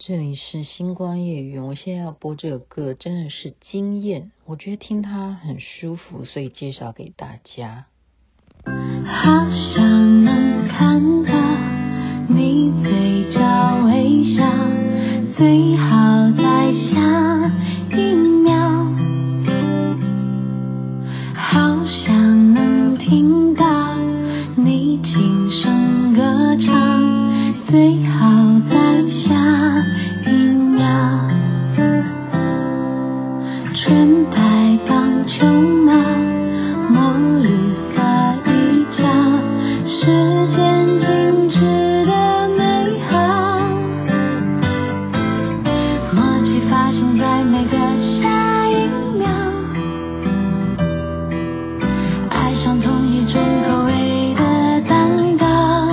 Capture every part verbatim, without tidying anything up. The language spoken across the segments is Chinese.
这里是星光夜语，我现在要播这个歌真的是惊艳，我觉得听它很舒服，所以介绍给大家。 好想能看到你嘴角微笑，最好在下一秒，好想能听到你轻声歌唱，最好在下一秒，纯白棒球帽，墨绿色衣角，时间静止的美好，默契发生在每个下一秒，爱上同一种口味的蛋糕，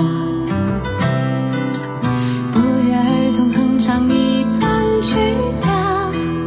不约而同哼唱一段曲调，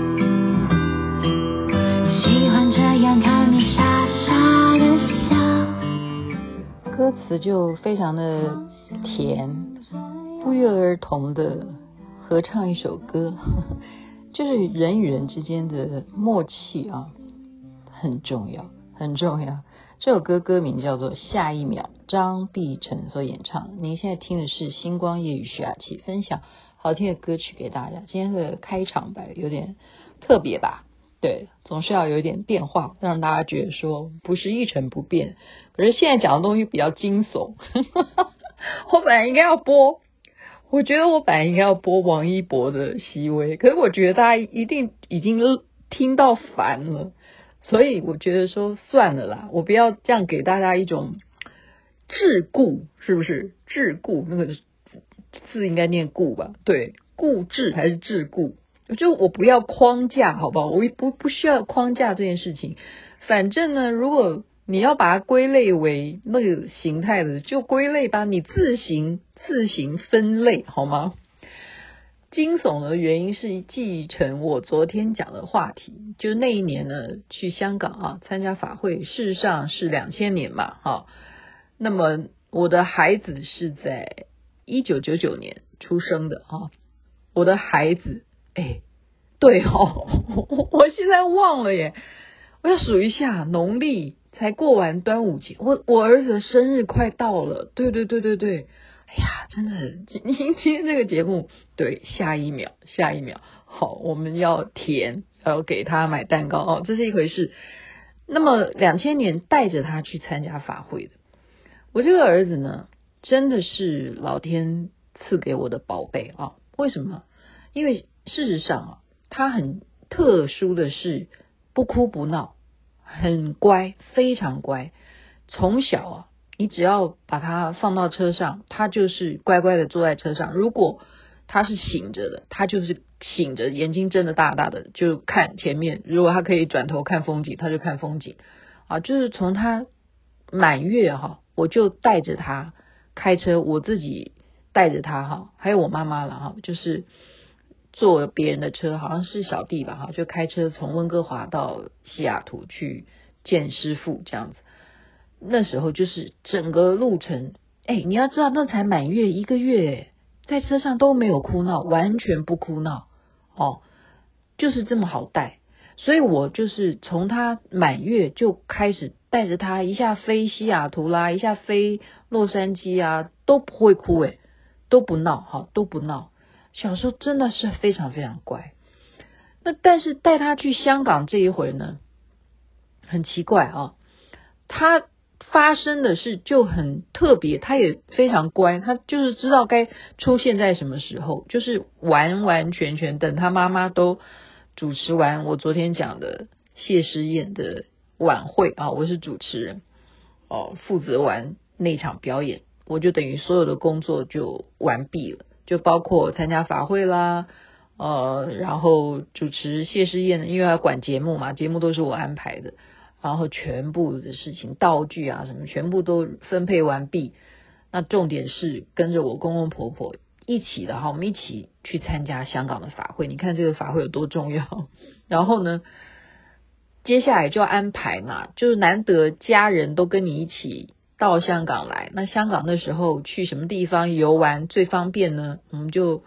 喜欢这样看你傻傻的笑。 歌词就非常的甜，不约而同的合唱一首歌，就是人与人之间的默契啊，很重要，很重要。这首歌歌名叫做《下一秒》，张碧晨所演唱。您现在听的是星光夜语徐雅琪分享好听的歌曲给大家。今天的开场白有点特别吧？对，总是要有一点变化，让大家觉得说不是一成不变。可是现在讲的东西比较惊悚，我本来应该要播，我觉得我本来应该要播王一博的《熹微》，可是我觉得大家一定已经听到烦了，所以我觉得说算了啦，我不要这样给大家一种桎梏，是不是？桎梏那个字应该念固吧？对，固执还是桎梏？就我不要框架，好不好？我不不需要框架这件事情。反正呢，如果你要把它归类为那个形态的，就归类吧，你自行自行分类好吗？惊悚的原因是继承我昨天讲的话题，就是那一年呢去香港啊参加法会，事实上是两千年嘛，哈。那么我的孩子是在一九九九年出生的啊，我的孩子，哎，对哦，我现在忘了耶，我要数一下，农历才过完端午节，我我儿子的生日快到了，对对对对对。哎呀，真的，今今天这个节目，对，下一秒，下一秒，好，我们要甜，要给他买蛋糕哦，这是一回事。那么两千年带着他去参加法会的，我这个儿子呢，真的是老天赐给我的宝贝啊！为什么？因为事实上啊，他很特殊的是不哭不闹，很乖，非常乖，从小啊。你只要把他放到车上，他就是乖乖的坐在车上。如果他是醒着的，他就是醒着，眼睛睁得大大的，就看前面。如果他可以转头看风景，他就看风景。啊，就是从他满月哈，我就带着他开车，我自己带着他哈，还有我妈妈了哈，就是坐别人的车，好像是小弟吧哈，就开车从温哥华到西雅图去见师父这样子。那时候就是整个路程，哎，你要知道那才满月一个月，在车上都没有哭闹，完全不哭闹哦，就是这么好带。所以我就是从他满月就开始带着他，一下飞西雅图啦，一下飞洛杉矶啊，都不会哭诶，都不闹哈，都不闹。小时候真的是非常非常乖。那但是带他去香港这一回呢，很奇怪啊，他发生的事就很特别，他也非常乖，他就是知道该出现在什么时候，就是完完全全等他妈妈都主持完我昨天讲的谢师宴的晚会啊，我是主持人哦，负责完那场表演，我就等于所有的工作就完毕了，就包括参加法会啦，呃，然后主持谢师宴，因为要管节目嘛，节目都是我安排的。然后全部的事情道具啊什么全部都分配完毕，那重点是跟着我公公婆婆一起的哈，我们一起去参加香港的法会，你看这个法会有多重要。然后呢接下来就要安排嘛，就是难得家人都跟你一起到香港来，那香港那时候去什么地方游玩最方便呢？我们就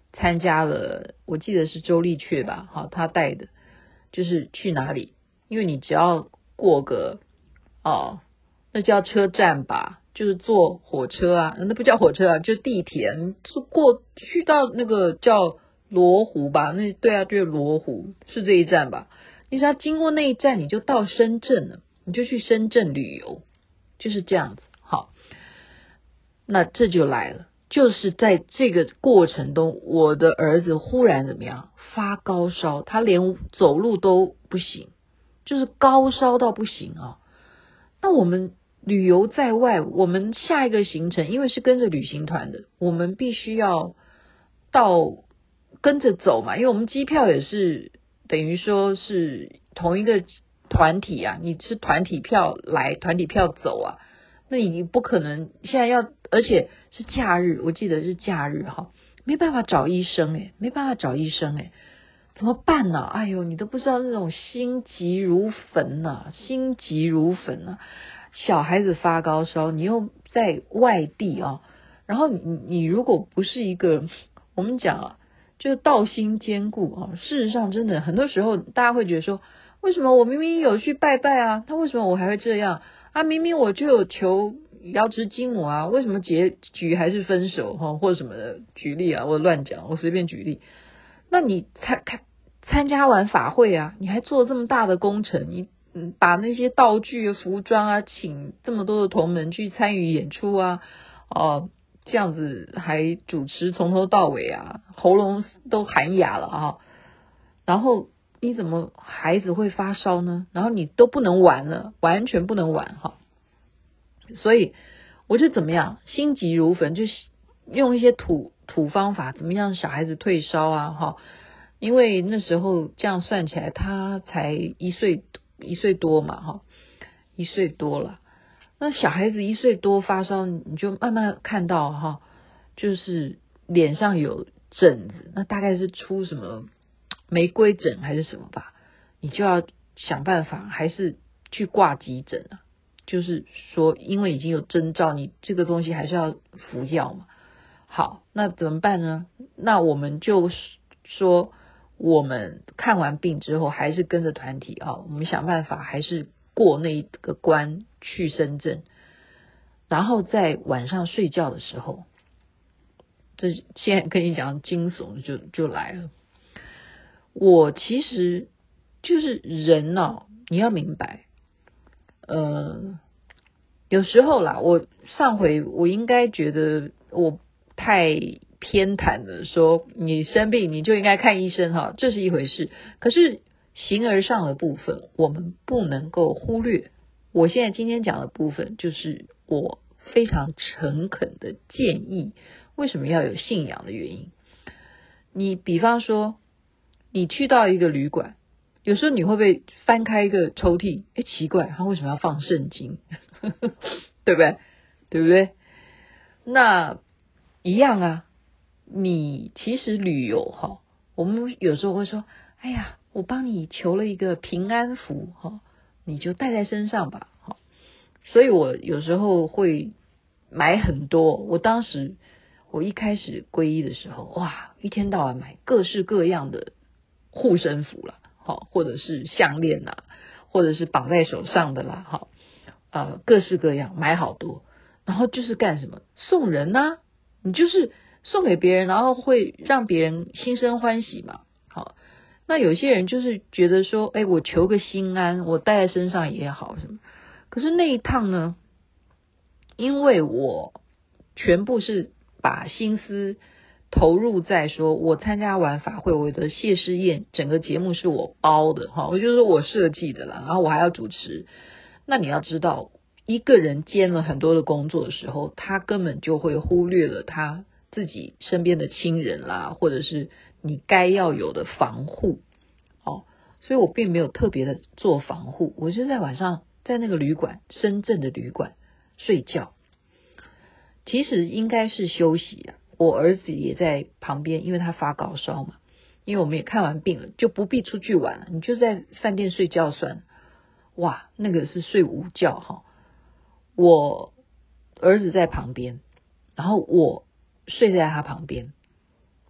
参加了，我记得是周丽雀吧，好，他带的，就是去哪里？因为你只要过个哦，那叫车站吧，就是坐火车啊，那不叫火车啊，就是地铁，是过去到那个叫罗湖吧？那对啊，就是罗湖，是这一站吧？你只要经过那一站，你就到深圳了，你就去深圳旅游，就是这样子。好，那这就来了。就是在这个过程中，我的儿子忽然怎么样发高烧，他连走路都不行，就是高烧到不行啊。那我们旅游在外，我们下一个行程，因为是跟着旅行团的，我们必须要到跟着走嘛，因为我们机票也是等于说是同一个团体啊，你是团体票来，团体票走啊。那你不可能现在要，而且是假日，我记得是假日哈，没办法找医生诶，没办法找医生诶，怎么办呢？哎呦，你都不知道那种心急如焚呐、啊，心急如焚呐、啊。小孩子发高烧，你又在外地啊，然后你你如果不是一个，我们讲啊，就是道心坚固啊，事实上真的很多时候大家会觉得说，为什么我明明有去拜拜啊，他为什么我还会这样？啊，明明我就有求瑶池金母啊，为什么结局还是分手哈，或者什么的？举例啊，我乱讲，我随便举例。那你参参参加完法会啊，你还做这么大的工程，你嗯把那些道具、服装啊，请这么多的同门去参与演出啊，哦、呃，这样子还主持从头到尾啊，喉咙都喊哑了啊，然后。你怎么孩子会发烧呢？然后你都不能玩了，完全不能玩哈。所以我就怎么样，心急如焚，就用一些土土方法，怎么样小孩子退烧啊哈。因为那时候这样算起来，他才一岁一岁多嘛哈，一岁多了。那小孩子一岁多发烧，你就慢慢看到哈，就是脸上有疹子，那大概是出什么玫瑰疹还是什么吧，你就要想办法，还是去挂急诊啊。就是说，因为已经有征兆，你这个东西还是要服药嘛。好，那怎么办呢？那我们就说，我们看完病之后，还是跟着团体啊，我们想办法，还是过那个关去深圳，然后在晚上睡觉的时候，这现在跟你讲惊悚就就来了。我其实就是人哦，你要明白，呃，有时候啦，我上回我应该觉得我太偏袒了，说你生病你就应该看医生哈，这是一回事。可是形而上的部分，我们不能够忽略。我现在今天讲的部分，就是我非常诚恳的建议，为什么要有信仰的原因。你比方说，你去到一个旅馆，有时候你会不会翻开一个抽屉？哎，奇怪，他为什么要放圣经？对不对？对不对？那一样啊。你其实旅游哈，我们有时候会说，哎呀，我帮你求了一个平安符哈，你就带在身上吧。所以我有时候会买很多。我当时我一开始皈依的时候，哇，一天到晚买各式各样的护身符啦，好，或者是项链啦，或者是绑在手上的啦，好，呃，各式各样买好多，然后就是干什么？送人啊，你就是送给别人，然后会让别人心生欢喜嘛。好，那有些人就是觉得说，哎，我求个心安，我带在身上也好什么。可是那一趟呢，因为我全部是把心思投入在说，我参加完法会，我的谢师宴整个节目是我包的哈，我就是我设计的啦，然后我还要主持。那你要知道，一个人兼了很多的工作的时候，他根本就会忽略了他自己身边的亲人啦，或者是你该要有的防护。哦，所以我并没有特别的做防护，我就在晚上在那个旅馆，深圳的旅馆睡觉。其实应该是休息啊，我儿子也在旁边，因为他发高烧嘛，因为我们也看完病了，就不必出去玩了，你就在饭店睡觉算了。哇，那个是睡午觉哈，我儿子在旁边，然后我睡在他旁边，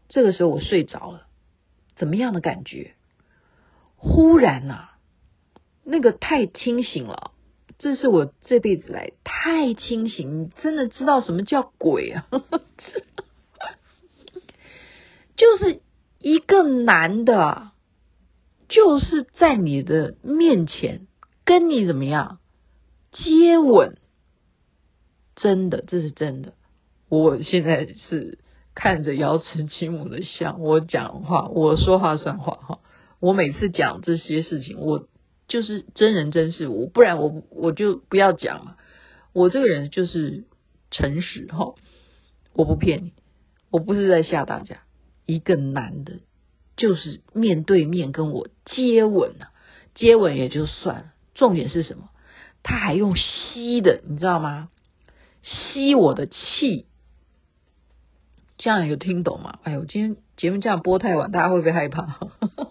这个时候我睡着了，怎么样的感觉？忽然啊，那个太清醒了，这是我这辈子来太清醒，你真的知道什么叫鬼啊？就是一个男的啊，就是在你的面前跟你怎么样接吻，真的，这是真的。我现在是看着瑶池金母的像，我讲话，我说话算话哈。我每次讲这些事情，我就是真人真事，我不然我我就不要讲了。我这个人就是诚实哈，我不骗你，我不是在吓大家。一个男的，就是面对面跟我接吻啊，接吻也就算了，重点是什么？他还用吸的，你知道吗？吸我的气，这样有听懂吗？哎呦，今天节目这样播太晚，大家会不会害怕？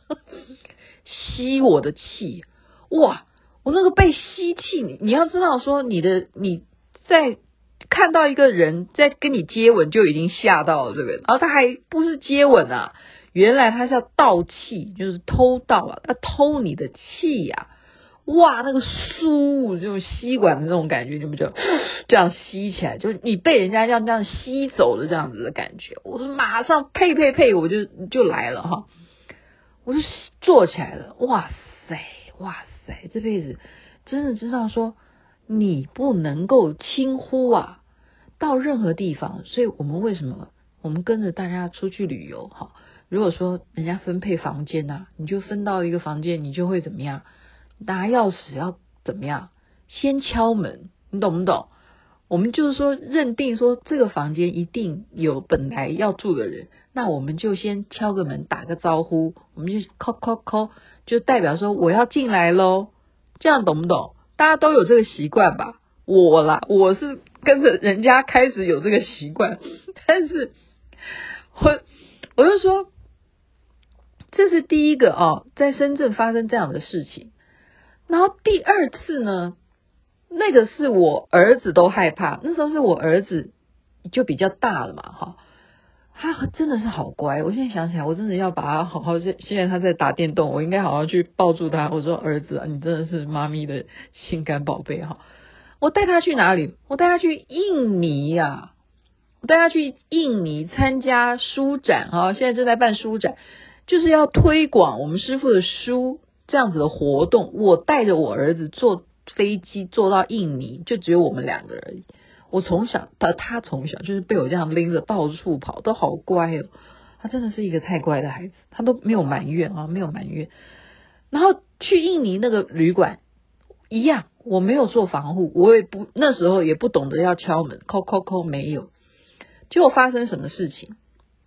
吸我的气，哇！我那个被吸气，你你要知道说，你的你在看到一个人在跟你接吻就已经吓到了，对不对？然后他还不是接吻啊，原来他是要盗气，就是偷盗啊，他偷你的气呀、啊！哇，那个酥，这种吸管的那种感觉，你们就这样吸起来，就是你被人家这样这样吸走的这样子的感觉。我说马上呸呸呸，我就就来了哈，我就坐起来了。哇塞，哇塞，这辈子真的知道说你不能够轻忽啊，到任何地方。所以我们为什么我们跟着大家出去旅游哈？如果说人家分配房间啊，你就分到一个房间，你就会怎么样？拿钥匙要怎么样？先敲门，你懂不懂？我们就是说认定说这个房间一定有本来要住的人，那我们就先敲个门打个招呼，我们就敲敲敲，就代表说我要进来咯，这样懂不懂？大家都有这个习惯吧？我啦，我是跟着人家开始有这个习惯，但是我我就说这是第一个哦，在深圳发生这样的事情。然后第二次呢，那个是我儿子都害怕，那时候是我儿子就比较大了嘛，哈，他真的是好乖。我现在想起来，我真的要把他好好，现在他在打电动，我应该好好去抱住他。我说儿子啊，你真的是妈咪的心肝宝贝哈。我带他去哪里？我带他去印尼呀、啊，我带他去印尼参加书展哈，现在正在办书展，就是要推广我们师父的书。这样子的活动，我带着我儿子坐飞机坐到印尼，就只有我们两个而已。我从小他他从小就是被我这样拎着到处跑，都好乖哦。他真的是一个太乖的孩子，他都没有埋怨啊，没有埋怨。然后去印尼那个旅馆一样，我没有做防护，我也不那时候也不懂得要敲门，叩叩叩没有。结果发生什么事情？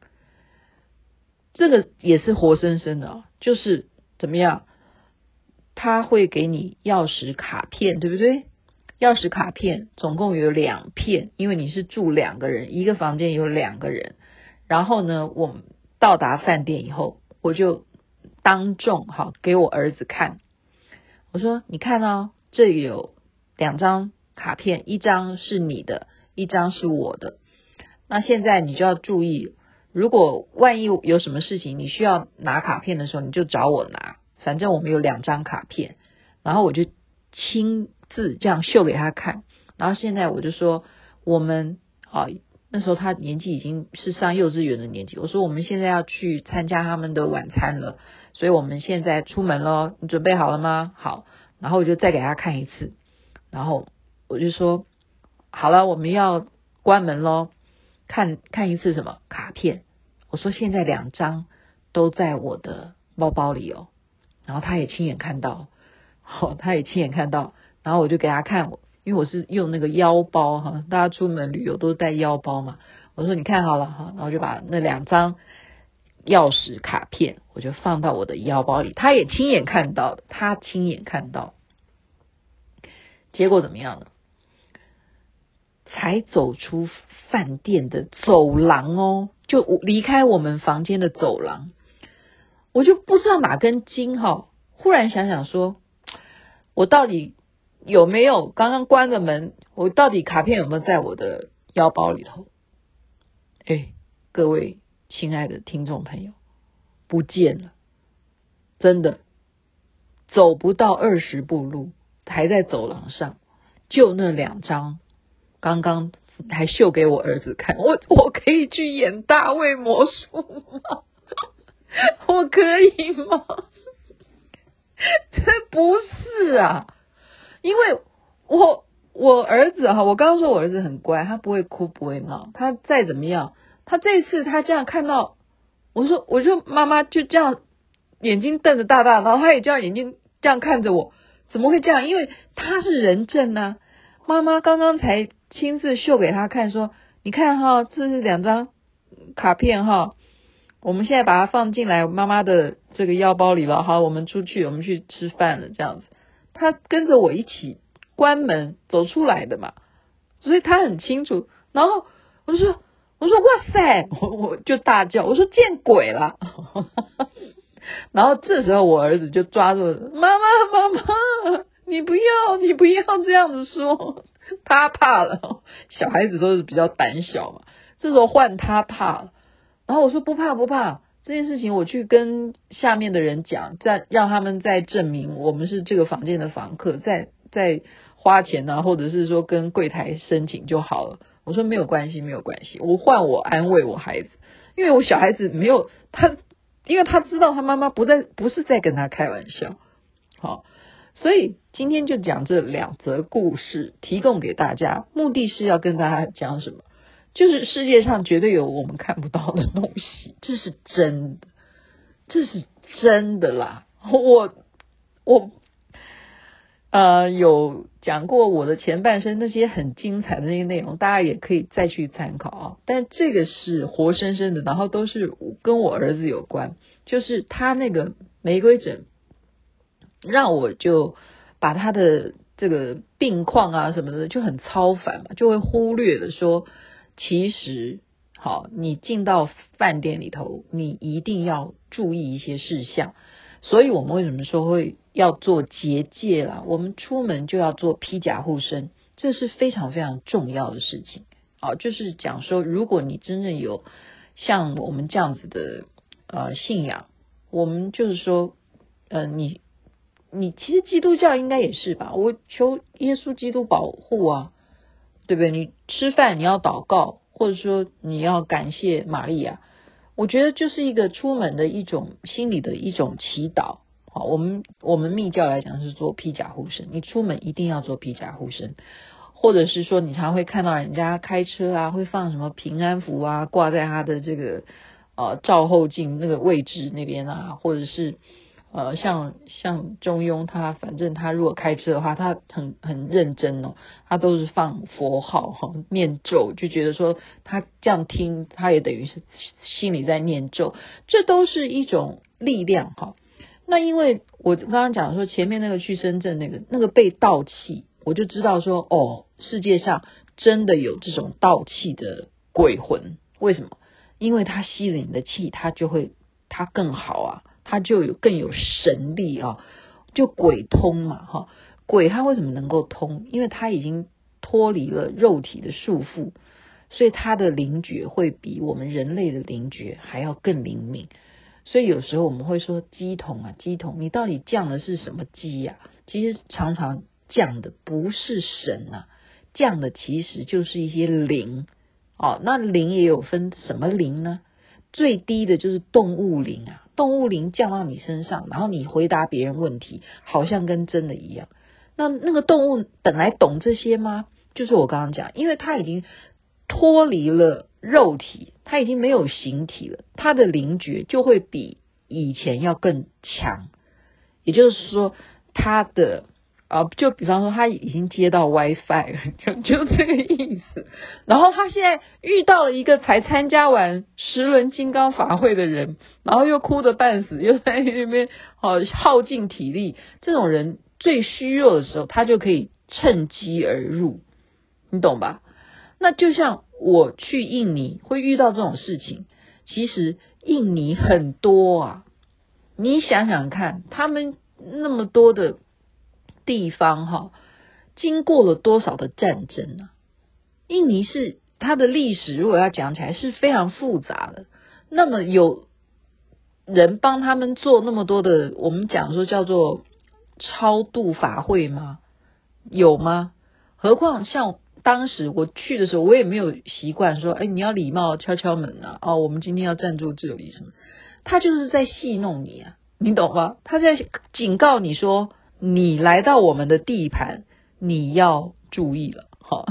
这个也是活生生的啊，就是怎么样？他会给你钥匙卡片，对不对？钥匙卡片总共有两片，因为你是住两个人，一个房间有两个人。然后呢，我们到达饭店以后，我就当众好给我儿子看，我说你看哦，这里有两张卡片，一张是你的，一张是我的。那现在你就要注意，如果万一有什么事情你需要拿卡片的时候，你就找我拿。反正我们有两张卡片，然后我就亲自这样秀给他看。然后现在我就说，我们啊，那时候他年纪已经是上幼稚园的年纪，我说我们现在要去参加他们的晚餐了，所以我们现在出门咯，你准备好了吗？好，然后我就再给他看一次，然后我就说好了，我们要关门咯，看看一次什么卡片。我说现在两张都在我的包包里哦。然后他也亲眼看到，哦，他也亲眼看到，然后我就给他看，因为我是用那个腰包哈，大家出门旅游都带腰包嘛，我说你看好了哈，然后就把那两张钥匙卡片，我就放到我的腰包里，他也亲眼看到的，他亲眼看到，结果怎么样呢？才走出饭店的走廊哦，就离开我们房间的走廊。我就不知道哪根筋哈，忽然想想说，我到底有没有刚刚关个门，我到底卡片有没有在我的腰包里头？哎，各位亲爱的听众朋友，不见了，真的走不到二十步路，还在走廊上，就那两张，刚刚还秀给我儿子看，我我可以去演大卫魔术吗？我可以吗？这不是啊，因为我我儿子哈，我刚刚说我儿子很乖，他不会哭不会闹，他再怎么样，他这次他这样看到，我说我就妈妈就这样眼睛瞪得大大，然后他也这样眼睛这样看着我，怎么会这样？因为他是人证啊，妈妈刚刚才亲自秀给他看说，你看哈，这是两张卡片哈，我们现在把它放进来妈妈的这个腰包里了，好，我们出去，我们去吃饭了，这样子。他跟着我一起关门走出来的嘛，所以他很清楚。然后我就说，我说哇塞，我我就大叫，我说见鬼了。然后这时候我儿子就抓住了，妈妈妈妈，你不要你不要这样子说，他怕了。小孩子都是比较胆小嘛，这时候换他怕了。然后我说不怕不怕，这件事情我去跟下面的人讲，再让他们再证明我们是这个房间的房客，再再花钱啊，或者是说跟柜台申请就好了。我说没有关系没有关系，我换我安慰我孩子，因为我小孩子没有他，因为他知道他妈妈不在不是在跟他开玩笑。好，所以今天就讲这两则故事提供给大家，目的是要跟大家讲什么，就是世界上绝对有我们看不到的东西，这是真的，这是真的啦。我我呃有讲过我的前半生那些很精彩的那些内容，大家也可以再去参考啊。但这个是活生生的，然后都是跟我儿子有关，就是他那个玫瑰疹，让我就把他的这个病况啊什么的就很操烦嘛，就会忽略了说，其实好，你进到饭店里头，你一定要注意一些事项。所以我们为什么说会要做结界啦？我们出门就要做披甲护身，这是非常非常重要的事情。好，就是讲说，如果你真正有像我们这样子的呃信仰，我们就是说，呃，你你其实基督教应该也是吧？我求耶稣基督保护啊，对不对？你吃饭你要祷告，或者说你要感谢玛利亚。我觉得就是一个出门的一种心理的一种祈祷。好，我们我们密教来讲是做披甲护身，你出门一定要做披甲护身，或者是说你常会看到人家开车啊，会放什么平安符啊，挂在他的这个呃照后镜那个位置那边啊，或者是呃像像中庸他反正他如果开车的话，他很很认真哦，他都是放佛号哈，念咒，就觉得说他这样听，他也等于是心里在念咒，这都是一种力量哈。那因为我刚刚讲说前面那个去深圳那个那个被盗气，我就知道说哦，世界上真的有这种盗气的鬼魂。为什么？因为他吸了你的气，他就会他更好啊，他就有更有神力啊，就鬼通嘛哈。鬼他为什么能够通？因为他已经脱离了肉体的束缚，所以他的灵觉会比我们人类的灵觉还要更灵敏。所以有时候我们会说乩童啊，乩童，你到底降的是什么乩呀？其实常常降的不是神啊，降的其实就是一些灵哦。那灵也有分什么灵呢？最低的就是动物灵啊，动物灵降到你身上，然后你回答别人问题，好像跟真的一样。那那个动物本来懂这些吗？就是我刚刚讲，因为它已经脱离了肉体，它已经没有形体了，它的灵觉就会比以前要更强。也就是说，它的啊、呃，就比方说，他已经接到 WiFi 了，就就这个意思。然后他现在遇到了一个才参加完十轮金刚法会的人，然后又哭得半死，又在那边哦耗尽体力，这种人最虚弱的时候，他就可以趁机而入，你懂吧？那就像我去印尼会遇到这种事情，其实印尼很多啊，你想想看，他们那么多的地方哈，经过了多少的战争啊？印尼是它的历史，如果要讲起来是非常复杂的。 那么有人帮他们做那么多的，我们讲说叫做超度法会吗？有吗？何况像当时我去的时候，我也没有习惯说，哎，你要礼貌敲敲门啊，哦，我们今天要暂住这里什么，他就是在戏弄你啊，你懂吗？他在警告你说，你来到我们的地盘，你要注意了，好，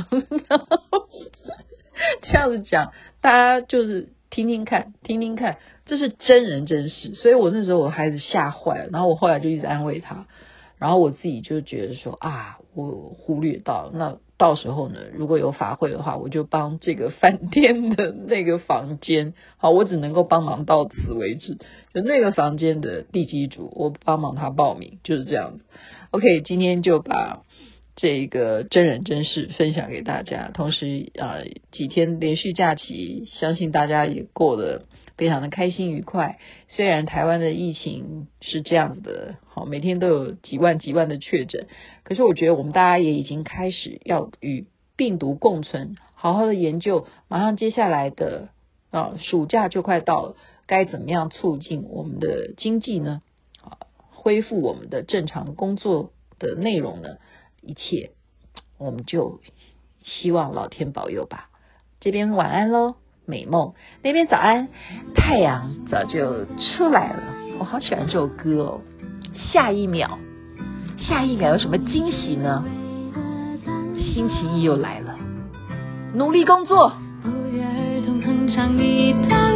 这样子讲，大家就是听听看，听听看，这是真人真事，所以我那时候我孩子吓坏了，然后我后来就一直安慰他，然后我自己就觉得说啊，我忽略到，那到时候呢，如果有法会的话，我就帮这个饭店的那个房间，好，我只能够帮忙到此为止，就那个房间的地基主，我帮忙他报名，就是这样子。OK， 今天就把这个真人真事分享给大家，同时啊、呃，几天连续假期，相信大家也过得非常的开心愉快。虽然台湾的疫情是这样子的，好，每天都有几万几万的确诊，可是我觉得我们大家也已经开始要与病毒共存，好好的研究，马上接下来的啊暑假就快到了，该怎么样促进我们的经济呢？啊，恢复我们的正常工作的内容呢？一切我们就希望老天保佑吧。这边晚安咯，美梦，那边早安，太阳早就出来了。我好喜欢这首歌哦。下一秒下一秒有什么惊喜呢？星期一又来了，努力工作。 不约而同哼唱一段